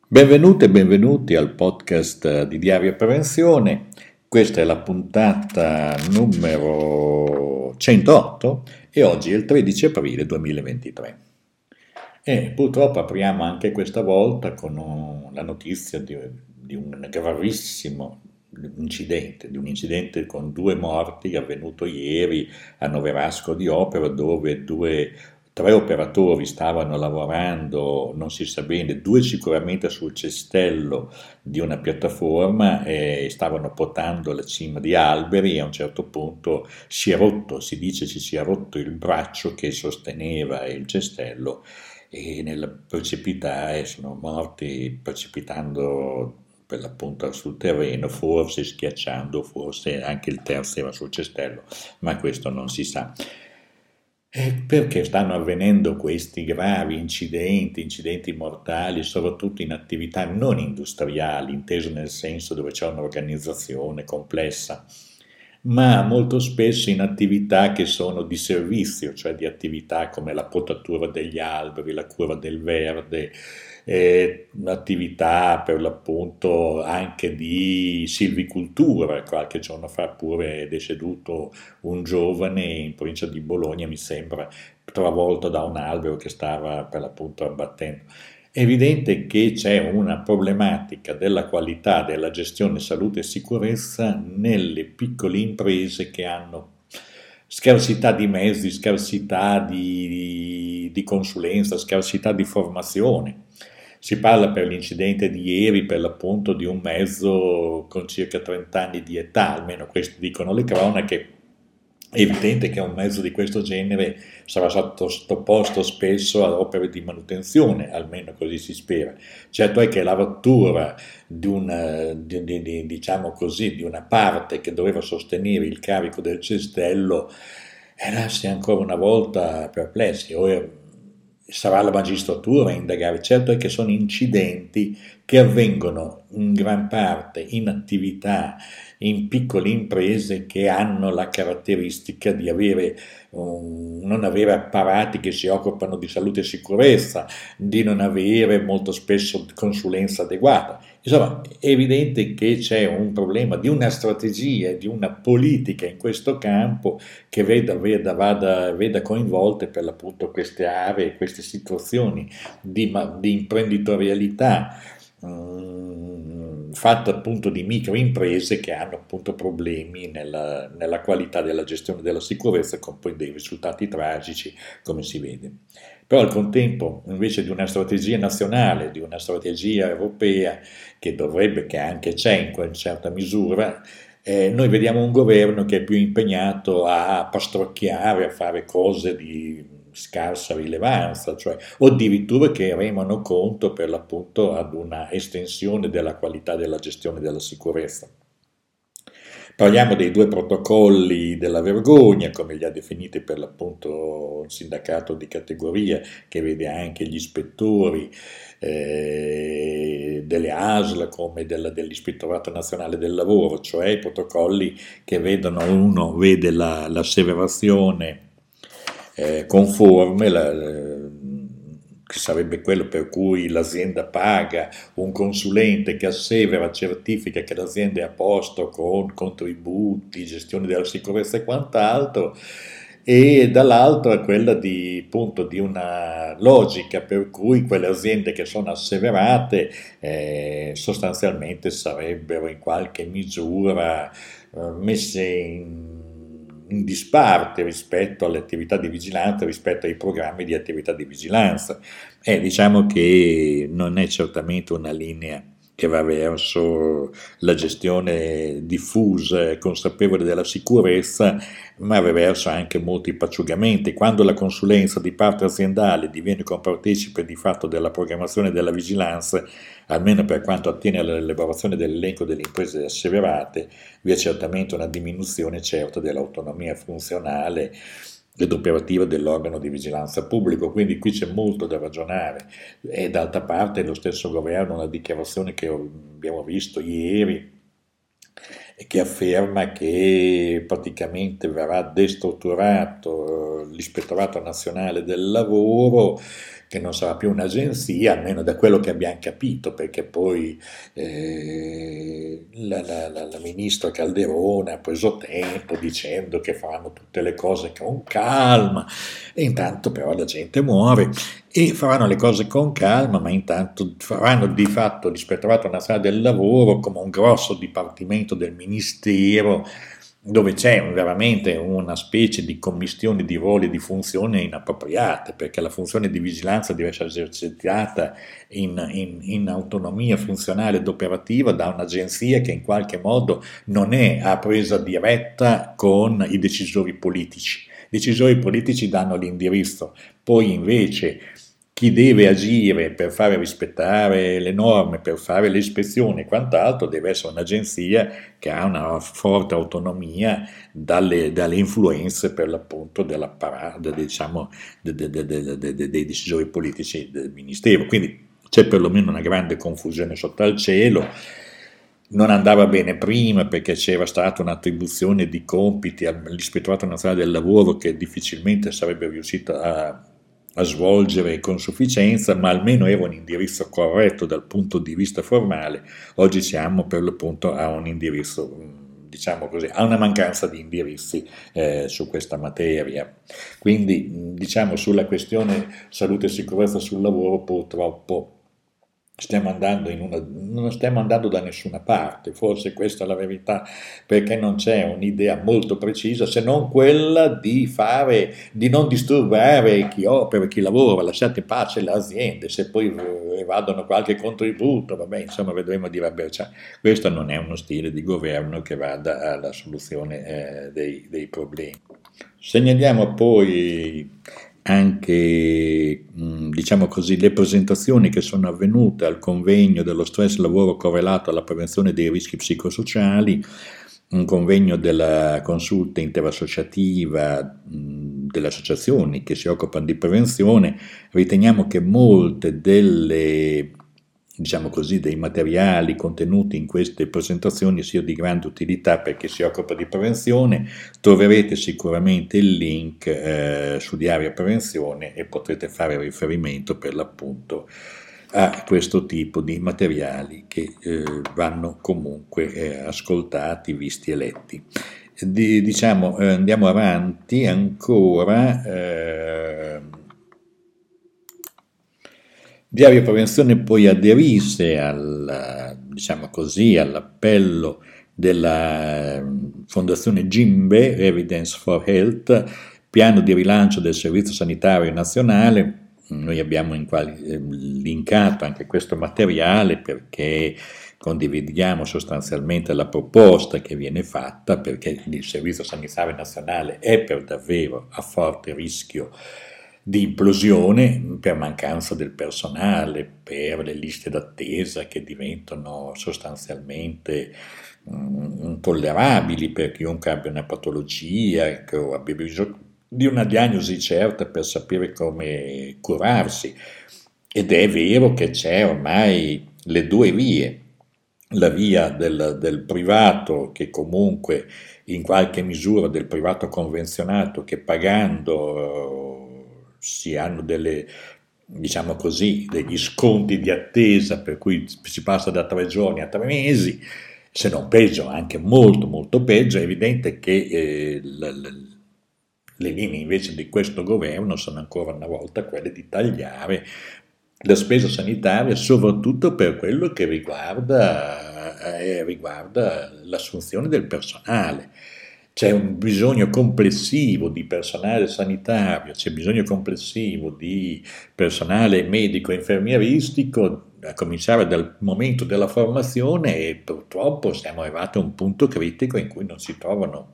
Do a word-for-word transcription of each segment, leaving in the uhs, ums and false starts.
Benvenute e benvenuti al podcast di Diario Prevenzione. Questa è la puntata numero centootto e oggi è il tredici aprile duemilaventitré. E purtroppo apriamo anche questa volta con un- la notizia di, di un gravissimo incidente, di un incidente con due morti avvenuto ieri a Noverasco di Opera, dove due Tre operatori stavano lavorando, non si sa bene, due sicuramente sul cestello di una piattaforma e stavano potando la cima di alberi e a un certo punto si è rotto, si dice si sia rotto il braccio che sosteneva il cestello e nel precipitare sono morti precipitando per l'appunto sul terreno, forse schiacciando, forse anche il terzo era sul cestello, ma questo non si sa. E perché stanno avvenendo questi gravi incidenti, incidenti mortali, soprattutto in attività non industriali, inteso nel senso dove c'è un'organizzazione complessa, ma molto spesso in attività che sono di servizio, cioè di attività come la potatura degli alberi, la cura del verde, eh, attività per l'appunto anche di silvicoltura. Qualche giorno fa pure è deceduto un giovane in provincia di Bologna, mi sembra, travolto da un albero che stava per l'appunto abbattendo. È evidente che c'è una problematica della qualità della gestione salute e sicurezza nelle piccole imprese che hanno scarsità di mezzi, scarsità di, di consulenza, scarsità di formazione. Si parla per l'incidente di ieri per l'appunto di un mezzo con circa trenta anni di età, almeno questo dicono le cronache. È evidente che un mezzo di questo genere sarà sottoposto spesso a opere di manutenzione, almeno così si spera. Certo è che la rottura di una, di, di, di, diciamo così, di una parte che doveva sostenere il carico del cestello e lascia ancora una volta perplessi. Ora sarà la magistratura a indagare. Certo è che sono incidenti che avvengono in gran parte in attività, in piccole imprese che hanno la caratteristica di avere, um, non avere apparati che si occupano di salute e sicurezza, di non avere molto spesso consulenza adeguata. Insomma, è evidente che c'è un problema di una strategia, di una politica in questo campo che veda, veda, vada, veda coinvolte per l'appunto queste aree, queste situazioni di, di imprenditorialità mh, fatta appunto di microimprese che hanno appunto problemi nella, nella qualità della gestione della sicurezza con poi dei risultati tragici come si vede. Però al contempo invece di una strategia nazionale, di una strategia europea che dovrebbe, che anche c'è in certa misura, eh, noi vediamo un governo che è più impegnato a pastrocchiare, a fare cose di scarsa rilevanza, cioè, o addirittura che remano conto per l'appunto ad una estensione della qualità della gestione della sicurezza. Parliamo dei due protocolli della vergogna, come li ha definiti per l'appunto un sindacato di categoria che vede anche gli ispettori eh, delle A S L come della, dell'Ispettorato Nazionale del Lavoro, cioè i protocolli che vedono, uno vede la, l'asseverazione eh, conforme, la, che sarebbe quello per cui l'azienda paga un consulente che assevera, certifica che l'azienda è a posto con contributi, gestione della sicurezza e quant'altro, e dall'altro è quella di, appunto, di una logica per cui quelle aziende che sono asseverate eh, sostanzialmente sarebbero in qualche misura eh, messe in in disparte rispetto alle attività di vigilanza, rispetto ai programmi di attività di vigilanza. E diciamo che non è certamente una linea che va verso la gestione diffusa e consapevole della sicurezza, ma va verso anche molti pacciugamenti. Quando la consulenza di parte aziendale diviene compartecipe di fatto della programmazione e della vigilanza, almeno per quanto attiene all'elaborazione dell'elenco delle imprese asseverate, vi è certamente una diminuzione certa dell'autonomia funzionale ed operativa dell'organo di vigilanza pubblico, quindi qui c'è molto da ragionare. E d'altra parte lo stesso governo, una dichiarazione che abbiamo visto ieri, che afferma che praticamente verrà destrutturato l'ispettorato nazionale del lavoro, che non sarà più un'agenzia, almeno da quello che abbiamo capito, perché poi eh, la, la, la, la ministra Calderone ha preso tempo dicendo che faranno tutte le cose con calma, e intanto però la gente muore, e faranno le cose con calma, ma intanto faranno di fatto l'Ispettorato Nazionale del Lavoro come un grosso dipartimento del Ministero, dove c'è veramente una specie di commistione di ruoli e di funzioni inappropriate, perché la funzione di vigilanza deve essere esercitata in, in, in autonomia funzionale ed operativa da un'agenzia che in qualche modo non è a presa diretta con i decisori politici. I decisori politici danno l'indirizzo, poi invece chi deve agire per fare rispettare le norme, per fare le ispezioni e quant'altro, deve essere un'agenzia che ha una forte autonomia dalle, dalle influenze per l'appunto dell'apparato, diciamo, de, de, de, de, de, de, dei decisori politici del Ministero. Quindi c'è perlomeno una grande confusione sotto al cielo. Non andava bene prima perché c'era stata un'attribuzione di compiti all'Ispettorato Nazionale del Lavoro che difficilmente sarebbe riuscito a a svolgere con sufficienza, ma almeno era un indirizzo corretto dal punto di vista formale. Oggi siamo per l'appunto a un indirizzo, diciamo così, a una mancanza di indirizzi eh, su questa materia. Quindi, diciamo, sulla questione salute e sicurezza sul lavoro purtroppo stiamo andando in una, non stiamo andando da nessuna parte, forse questa è la verità, perché non c'è un'idea molto precisa se non quella di fare, di non disturbare chi opera, chi lavora, lasciate pace le aziende, se poi evadono qualche contributo, vabbè, insomma vedremo di vabbè, cioè, questo non è uno stile di governo che vada alla soluzione eh, dei, dei problemi. Segnaliamo poi anche, diciamo così, le presentazioni che sono avvenute al convegno dello stress lavoro correlato alla prevenzione dei rischi psicosociali, un convegno della consulta interassociativa delle associazioni che si occupano di prevenzione. Riteniamo che molte delle, diciamo così, dei materiali contenuti in queste presentazioni siano di grande utilità per chi si occupa di prevenzione. Troverete sicuramente il link eh, su Diario Prevenzione e potrete fare riferimento per l'appunto a questo tipo di materiali che eh, vanno comunque eh, ascoltati, visti e letti. Di, diciamo, eh, andiamo avanti ancora. Eh, Diario Prevenzione poi aderisce al, diciamo così, all'appello della Fondazione Gimbe, Evidence for Health, piano di rilancio del Servizio Sanitario Nazionale. Noi abbiamo in quali, eh, linkato anche questo materiale perché condividiamo sostanzialmente la proposta che viene fatta, perché il Servizio Sanitario Nazionale è per davvero a forte rischio di implosione per mancanza del personale, per le liste d'attesa che diventano sostanzialmente um, intollerabili per chiunque abbia una patologia, che abbia bisogno di una diagnosi certa per sapere come curarsi. Ed è vero che c'è ormai le due vie, la via del, del privato, che comunque in qualche misura del privato convenzionato, che pagando si hanno delle, diciamo così, degli sconti di attesa per cui si passa da tre giorni a tre mesi, se non peggio, anche molto molto peggio. È evidente che eh, le, le linee invece di questo governo sono ancora una volta quelle di tagliare la spesa sanitaria, soprattutto per quello che riguarda, eh, riguarda l'assunzione del personale. C'è un bisogno complessivo di personale sanitario, c'è bisogno complessivo di personale medico e infermieristico, a cominciare dal momento della formazione, e purtroppo siamo arrivati a un punto critico in cui non si trovano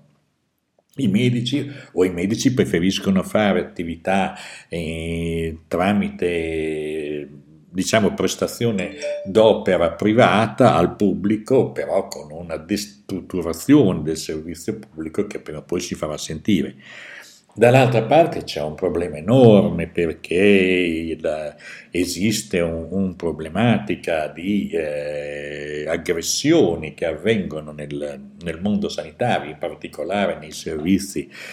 i medici, o i medici preferiscono fare attività eh, tramite, diciamo, prestazione d'opera privata al pubblico, però con una destrutturazione del servizio pubblico che prima o poi si farà sentire. Dall'altra parte c'è un problema enorme, perché la, esiste un, un problematica di eh, aggressioni che avvengono nel, nel mondo sanitario, in particolare nei servizi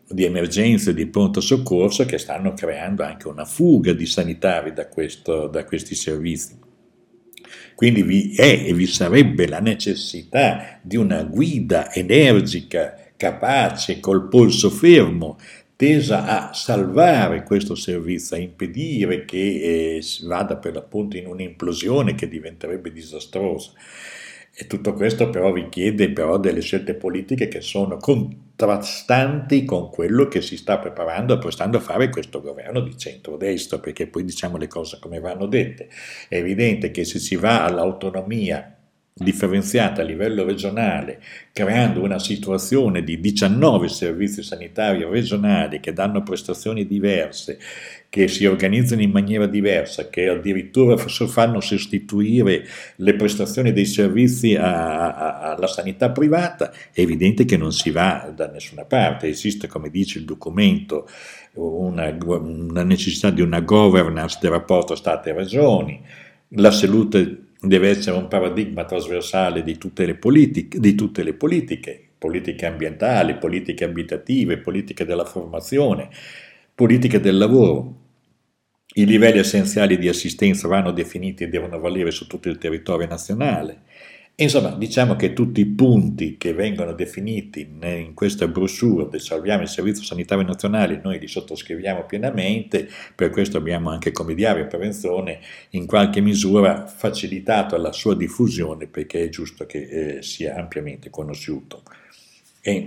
di emergenza e di pronto soccorso che stanno creando anche una fuga di sanitari da, questo, da questi servizi. Quindi vi è e vi sarebbe la necessità di una guida energica, capace, col polso fermo, tesa a salvare questo servizio, a impedire che eh, si vada per l'appunto in un'implosione che diventerebbe disastrosa. E tutto questo però richiede però delle scelte politiche che sono contrastanti con quello che si sta preparando, appostando a fare questo governo di centrodestra, perché poi diciamo le cose come vanno dette. È evidente che se si va all'autonomia differenziata a livello regionale, creando una situazione di diciannove servizi sanitari regionali che danno prestazioni diverse, che si organizzano in maniera diversa, che addirittura fanno sostituire le prestazioni dei servizi a, a, alla sanità privata, è evidente che non si va da nessuna parte. Esiste, come dice il documento, una, una necessità di una governance del rapporto Stato e Regioni. La salute deve essere un paradigma trasversale di tutte le politiche, di tutte le politiche, politiche ambientali, politiche abitative, politiche della formazione, politiche del lavoro. I livelli essenziali di assistenza vanno definiti e devono valere su tutto il territorio nazionale. Insomma, diciamo che tutti i punti che vengono definiti in questa brochure del Salviamo il Servizio Sanitario Nazionale noi li sottoscriviamo pienamente, per questo abbiamo anche come Diario Prevenzione in qualche misura facilitato la sua diffusione, perché è giusto che eh, sia ampiamente conosciuto. E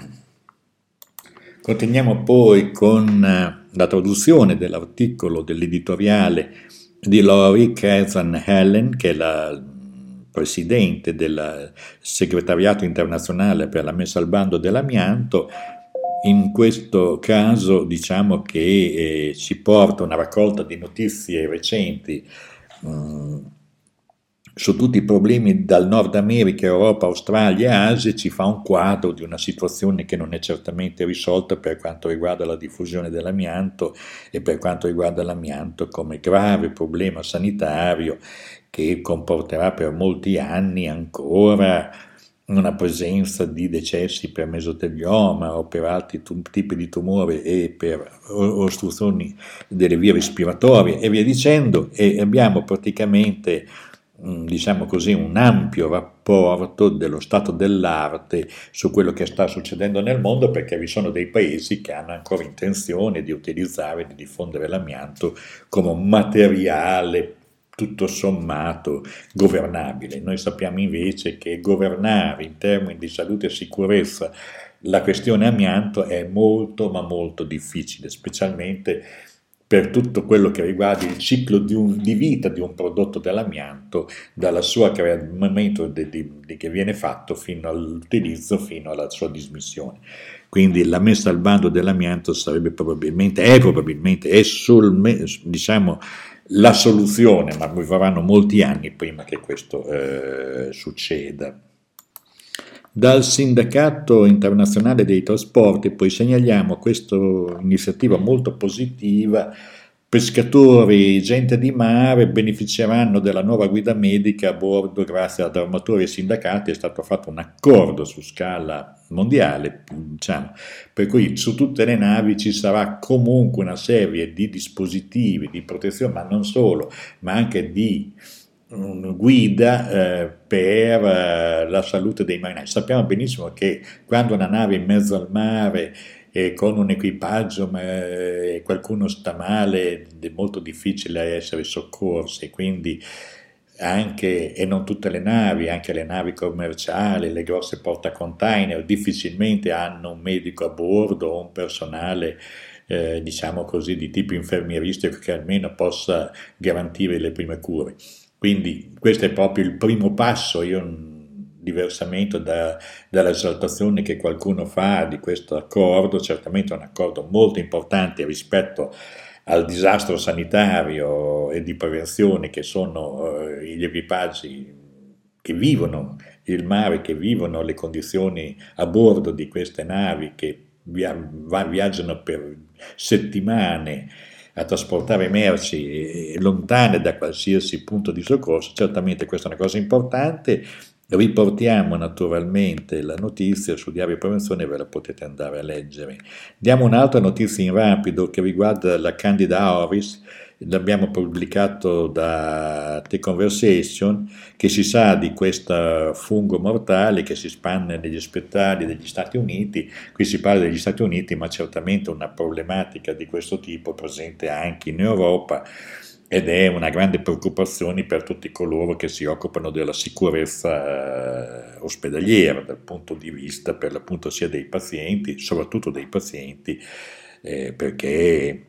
continuiamo poi con la traduzione dell'articolo dell'editoriale di Lori Curzon-Helen, che è la presidente del segretariato internazionale per la messa al bando dell'amianto. In questo caso diciamo che eh, ci porta una raccolta di notizie recenti mh, su tutti i problemi dal Nord America, Europa, Australia e Asia, ci fa un quadro di una situazione che non è certamente risolta per quanto riguarda la diffusione dell'amianto e per quanto riguarda l'amianto come grave problema sanitario che comporterà per molti anni ancora una presenza di decessi per mesotelioma o per altri tipi di tumore e per ostruzioni delle vie respiratorie e via dicendo, e abbiamo praticamente diciamo così un ampio rapporto dello stato dell'arte su quello che sta succedendo nel mondo, perché vi sono dei paesi che hanno ancora intenzione di utilizzare, di diffondere l'amianto come un materiale tutto sommato governabile. Noi sappiamo invece che governare in termini di salute e sicurezza la questione amianto è molto ma molto difficile, specialmente per tutto quello che riguarda il ciclo di, un, di vita di un prodotto dell'amianto, dal suo momento di, di, di che viene fatto fino all'utilizzo, fino alla sua dismissione. Quindi la messa al bando dell'amianto sarebbe probabilmente, è probabilmente, è sul, diciamo, la soluzione, ma vorranno molti anni prima che questo eh, succeda. Dal Sindacato Internazionale dei Trasporti poi segnaliamo questa iniziativa molto positiva. Pescatori, gente di mare beneficeranno della nuova guida medica a bordo grazie ad armatori e sindacati. È stato fatto un accordo su scala mondiale, diciamo, per cui su tutte le navi ci sarà comunque una serie di dispositivi di protezione, ma non solo, ma anche di guida eh, per eh, la salute dei marinai. Sappiamo benissimo che quando una nave è in mezzo al mare e con un equipaggio ma, e qualcuno sta male è molto difficile essere soccorsi, quindi anche, e non tutte le navi, anche le navi commerciali, le grosse portacontainer difficilmente hanno un medico a bordo o un personale eh, diciamo così di tipo infermieristico che almeno possa garantire le prime cure. Quindi questo è proprio il primo passo. Io, diversamente da, dall'esaltazione che qualcuno fa di questo accordo, certamente è un accordo molto importante rispetto al disastro sanitario e di prevenzione che sono eh, gli equipaggi che vivono il mare, che vivono le condizioni a bordo di queste navi che via, viaggiano per settimane a trasportare merci lontane da qualsiasi punto di soccorso. Certamente questa è una cosa importante Riportiamo naturalmente la notizia su Diario Prevenzione, ve la potete andare a leggere. Diamo un'altra notizia in rapido che riguarda la Candida auris. L'abbiamo pubblicato da The Conversation, che si sa di questo fungo mortale che si spande negli ospedali degli Stati Uniti. Qui si parla degli Stati Uniti, ma certamente una problematica di questo tipo presente anche in Europa, ed è una grande preoccupazione per tutti coloro che si occupano della sicurezza eh, ospedaliera, dal punto di vista per l'appunto sia dei pazienti, soprattutto dei pazienti, eh, perché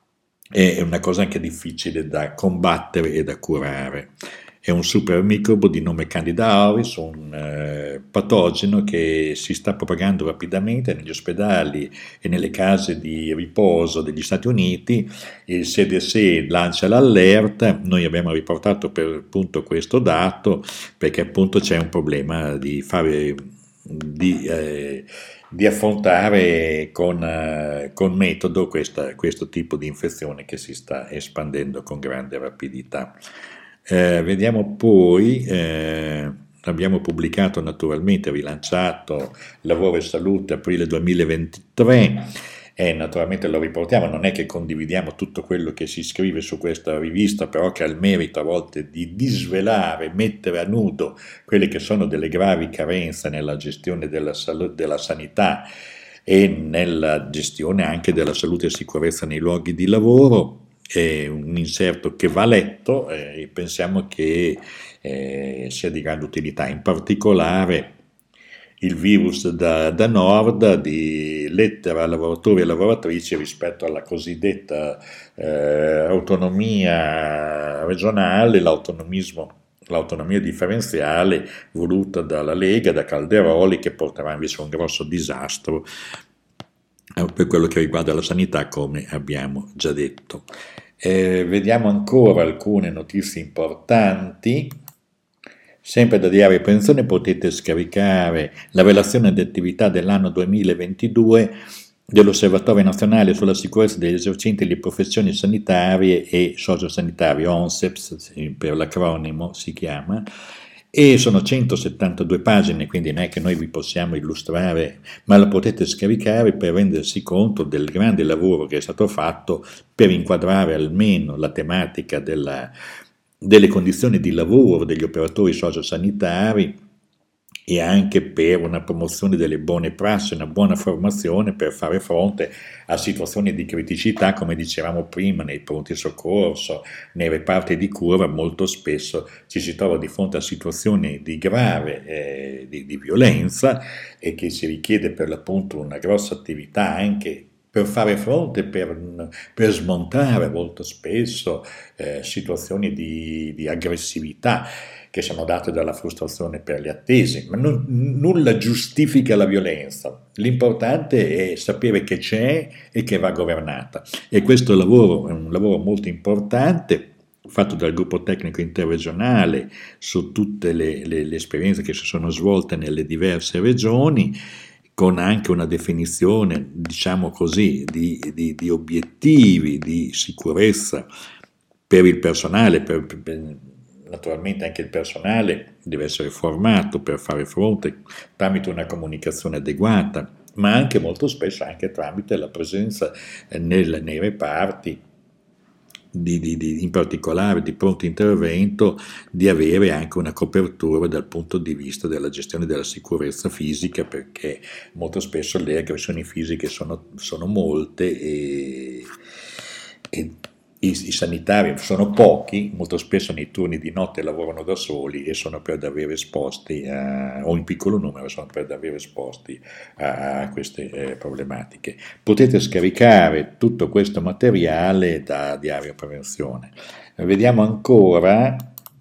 è una cosa anche difficile da combattere e da curare. È un supermicrobo di nome Candida auris, un eh, patogeno che si sta propagando rapidamente negli ospedali e nelle case di riposo degli Stati Uniti. Il C D C lancia l'allerta, noi abbiamo riportato per appunto questo dato perché appunto c'è un problema di fare di, eh, di affrontare con, eh, con metodo questa, questo tipo di infezione che si sta espandendo con grande rapidità. Eh, vediamo poi, eh, abbiamo pubblicato naturalmente, rilanciato Lavoro e Salute aprile duemilaventitré, e naturalmente lo riportiamo, non è che condividiamo tutto quello che si scrive su questa rivista, però che ha il merito a volte di disvelare, mettere a nudo quelle che sono delle gravi carenze nella gestione della, sal- della sanità e nella gestione anche della salute e sicurezza nei luoghi di lavoro. È un inserto che va letto eh, e pensiamo che eh, sia di grande utilità, in particolare il virus da, da nord di lettera a lavoratori e lavoratrici rispetto alla cosiddetta eh, autonomia regionale, l'autonomismo l'autonomia differenziale voluta dalla Lega, da Calderoli, che porterà invece a un grosso disastro per quello che riguarda la sanità, come abbiamo già detto. Eh, vediamo ancora alcune notizie importanti. Sempre da Diario Prevenzione potete scaricare la relazione di attività dell'anno duemilaventidue dell'Osservatorio Nazionale sulla Sicurezza degli Esercenti le Professioni Sanitarie e Sociosanitarie, ONSEPS per l'acronimo si chiama, e sono centosettantadue pagine, quindi non è che noi vi possiamo illustrare, ma la potete scaricare per rendersi conto del grande lavoro che è stato fatto per inquadrare almeno la tematica della, delle condizioni di lavoro degli operatori sociosanitari e anche per una promozione delle buone prassi, una buona formazione per fare fronte a situazioni di criticità, come dicevamo prima, nei pronti soccorso, nei reparti di cura. Molto spesso ci si trova di fronte a situazioni di grave eh, di, di violenza, e che si richiede per l'appunto una grossa attività anche per fare fronte, per, per smontare molto spesso eh, situazioni di, di aggressività che sono date dalla frustrazione per le attese, ma non, nulla giustifica la violenza. L'importante è sapere che c'è e che va governata, e questo lavoro è un lavoro molto importante, fatto dal gruppo tecnico interregionale su tutte le, le, le esperienze che si sono svolte nelle diverse regioni, con anche una definizione, diciamo così, di, di, di obiettivi di sicurezza per il personale, per, per, naturalmente anche il personale deve essere formato per fare fronte tramite una comunicazione adeguata, ma anche molto spesso anche tramite la presenza nel, nei reparti, Di, di, di, in particolare di pronto intervento, di avere anche una copertura dal punto di vista della gestione della sicurezza fisica, perché molto spesso le aggressioni fisiche sono, sono molte e, e i, i sanitari sono pochi, molto spesso nei turni di notte lavorano da soli e sono per davvero esposti a, o in piccolo numero sono per davvero esposti a, a queste eh, problematiche. Potete scaricare tutto questo materiale da Diario Prevenzione. Vediamo ancora,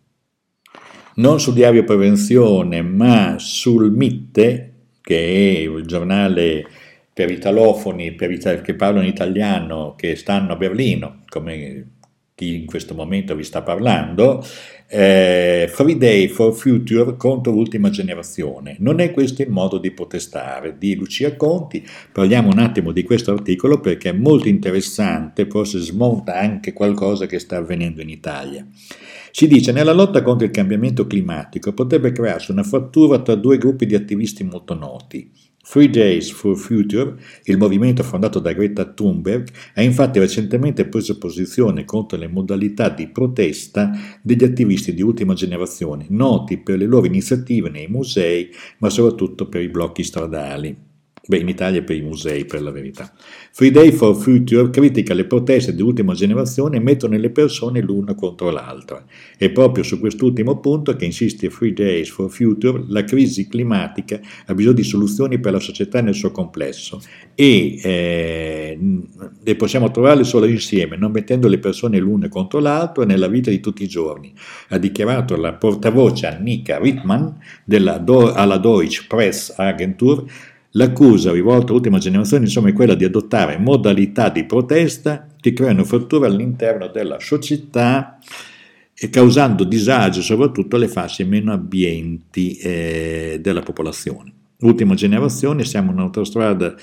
non su Diario Prevenzione, ma sul Mitte, che è il giornale per italofoni, per it- che parlano italiano, che stanno a Berlino, come chi in questo momento vi sta parlando, eh, Friday for Future contro l'ultima generazione. Non è questo il modo di protestare, di Lucia Conti. Parliamo un attimo di questo articolo perché è molto interessante, forse smonta anche qualcosa che sta avvenendo in Italia. Si dice nella lotta contro il cambiamento climatico potrebbe crearsi una frattura tra due gruppi di attivisti molto noti. Fridays for Future, il movimento fondato da Greta Thunberg, ha infatti recentemente preso posizione contro le modalità di protesta degli attivisti di ultima generazione, noti per le loro iniziative nei musei, ma soprattutto per i blocchi stradali. Beh, in Italia per i musei, per la verità. Fridays for Future critica le proteste di ultima generazione e mettono le persone l'una contro l'altra. È proprio su quest'ultimo punto che insiste Fridays for Future: la crisi climatica ha bisogno di soluzioni per la società nel suo complesso e eh, le possiamo trovarle solo insieme, non mettendo le persone l'una contro l'altra nella vita di tutti i giorni, ha dichiarato la portavoce Annika Rittmann della Do- alla Deutsche Presse-Agentur. L'accusa rivolta all'ultima generazione, insomma, è quella di adottare modalità di protesta che creano fratture all'interno della società e causando disagio soprattutto alle fasce meno abbienti eh, della popolazione. Ultima generazione, siamo in un'autostrada,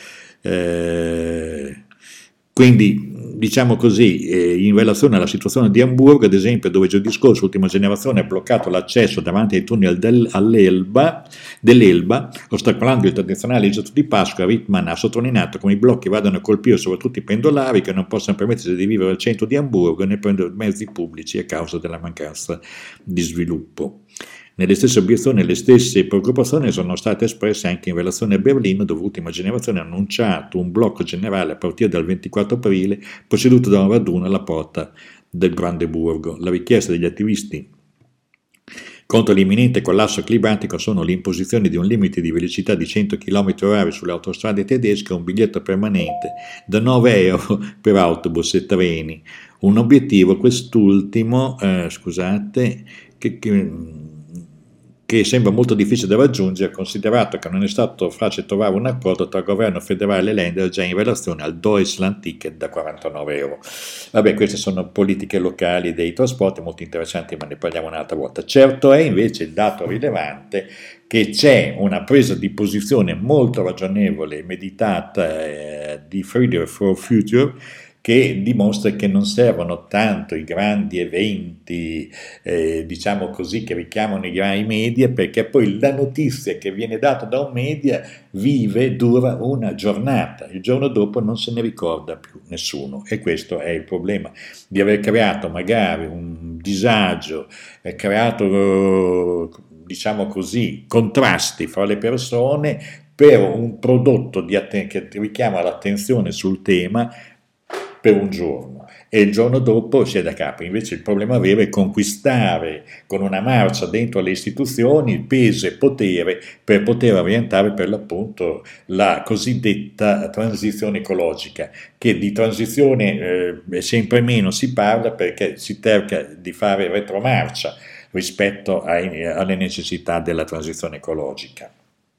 eh, quindi diciamo così, eh, in relazione alla situazione di Amburgo, ad esempio, dove giovedì scorso l'ultima generazione ha bloccato l'accesso davanti ai tunnel del, all'Elba, dell'Elba, ostacolando il tradizionale gesto di Pasqua. Rittmann ha sottolineato come i blocchi vadano a colpire soprattutto i pendolari che non possono permettersi di vivere al centro di Amburgo né prendere mezzi pubblici a causa della mancanza di sviluppo. Nelle stesse obiezioni e le stesse preoccupazioni sono state espresse anche in relazione a Berlino, dove l'ultima generazione ha annunciato un blocco generale a partire dal ventiquattro aprile, proceduto da un raduno alla porta del Brandeburgo. La richiesta degli attivisti contro l'imminente collasso climatico sono l'imposizione di un limite di velocità di cento chilometri orari sulle autostrade tedesche e un biglietto permanente da nove euro per autobus e treni. Un obiettivo, quest'ultimo, eh, scusate, che... che che sembra molto difficile da raggiungere, considerato che non è stato facile trovare un accordo tra il governo federale e l'Länder già in relazione al Deutschland-Ticket da quarantanove euro. Vabbè, queste sono politiche locali dei trasporti molto interessanti, ma ne parliamo un'altra volta. Certo è invece il dato rilevante che c'è una presa di posizione molto ragionevole e meditata eh, di Fridays for Future, che dimostra che non servono tanto i grandi eventi, eh, diciamo così, che richiamano i grandi media, perché poi la notizia che viene data da un media vive, dura una giornata, il giorno dopo non se ne ricorda più nessuno, e questo è il problema di aver creato magari un disagio, eh, creato, diciamo così, contrasti fra le persone per un prodotto di atten- che richiama l'attenzione sul tema per un giorno, e il giorno dopo si è da capo. Invece il problema vero è conquistare con una marcia dentro le istituzioni il peso e potere per poter orientare per l'appunto la cosiddetta transizione ecologica, che di transizione eh, sempre meno si parla perché si cerca di fare retromarcia rispetto ai, alle necessità della transizione ecologica.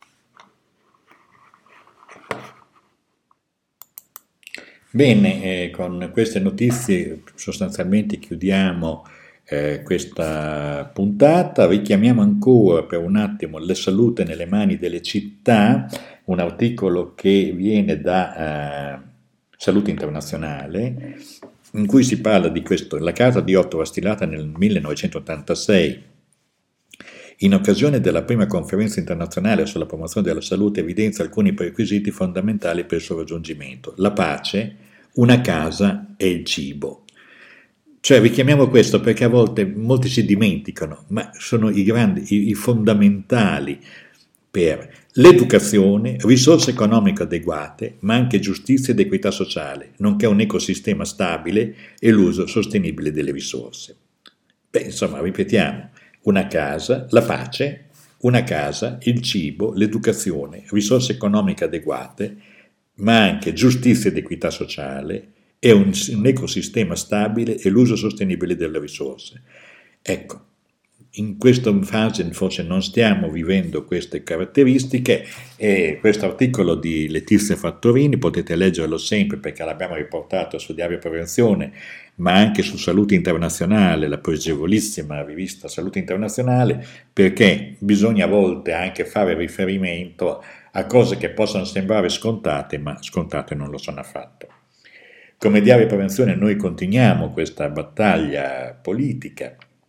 Bene, eh, con queste notizie sostanzialmente chiudiamo eh, questa puntata. Richiamiamo ancora per un attimo la salute nelle mani delle città, un articolo che viene da eh, Salute Internazionale, in cui si parla di questo. La Carta di Ottawa, stilata nel millenovecentottantasei, in occasione della prima conferenza internazionale sulla promozione della salute, evidenzia alcuni prerequisiti fondamentali per il suo raggiungimento: la pace, una casa e il cibo. Cioè, richiamiamo questo perché a volte molti si dimenticano, ma sono i grandi, i, i fondamentali per l'educazione, risorse economiche adeguate, ma anche giustizia ed equità sociale, nonché un ecosistema stabile e l'uso sostenibile delle risorse. Beh, insomma, ripetiamo: una casa, la pace, una casa, il cibo, l'educazione, risorse economiche adeguate, ma anche giustizia ed equità sociale e un, un ecosistema stabile e l'uso sostenibile delle risorse. Ecco, in questa fase forse non stiamo vivendo queste caratteristiche, e questo articolo di Letizia Fattorini potete leggerlo sempre perché l'abbiamo riportato su Diario Prevenzione, ma anche su Salute Internazionale, la pregevolissima rivista Salute Internazionale, perché bisogna a volte anche fare riferimento a cose che possono sembrare scontate, ma scontate non lo sono affatto. Come Diario Prevenzione noi continuiamo questa battaglia politica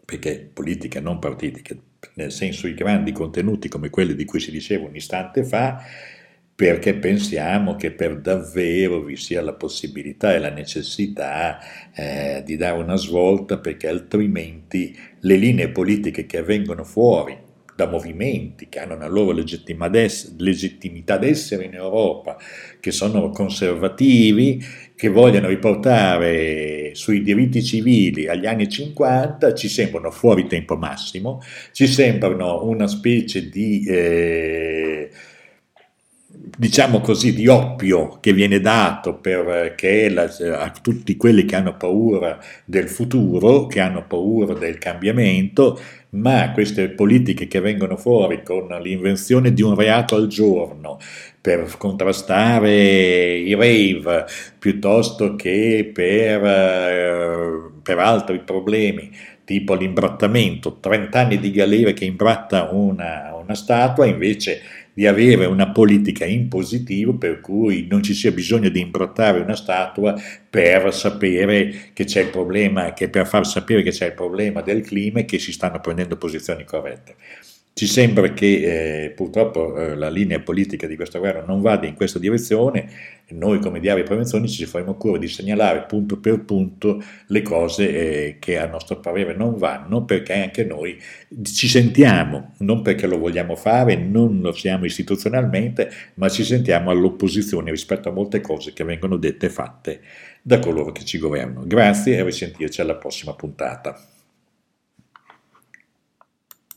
perché politica non partitica, nel senso i grandi contenuti come quelli di cui si diceva un istante fa, perché pensiamo che per davvero vi sia la possibilità e la necessità eh, di dare una svolta, perché altrimenti le linee politiche che vengono fuori da movimenti che hanno una loro legittimità d'essere in Europa, che sono conservativi, che vogliono riportare sui diritti civili agli anni cinquanta, ci sembrano fuori tempo massimo, ci sembrano una specie di, eh, diciamo così, di oppio che viene dato perché la, a tutti quelli che hanno paura del futuro, che hanno paura del cambiamento, ma queste politiche che vengono fuori con l'invenzione di un reato al giorno per contrastare i rave, piuttosto che per, eh, per altri problemi, tipo l'imbrattamento, trenta anni di galera che imbratta una, una statua, invece di avere una politica in positivo per cui non ci sia bisogno di imbrattare una statua per sapere che c'è il problema, che per far sapere che c'è il problema del clima e che si stanno prendendo posizioni corrette. Ci sembra che eh, purtroppo eh, la linea politica di questa guerra non vada in questa direzione. Noi come Diario Prevenzione ci faremo cura di segnalare punto per punto le cose eh, che a nostro parere non vanno, perché anche noi ci sentiamo, non perché lo vogliamo fare, non lo siamo istituzionalmente, ma ci sentiamo all'opposizione rispetto a molte cose che vengono dette e fatte da coloro che ci governano. Grazie e a risentirci alla prossima puntata.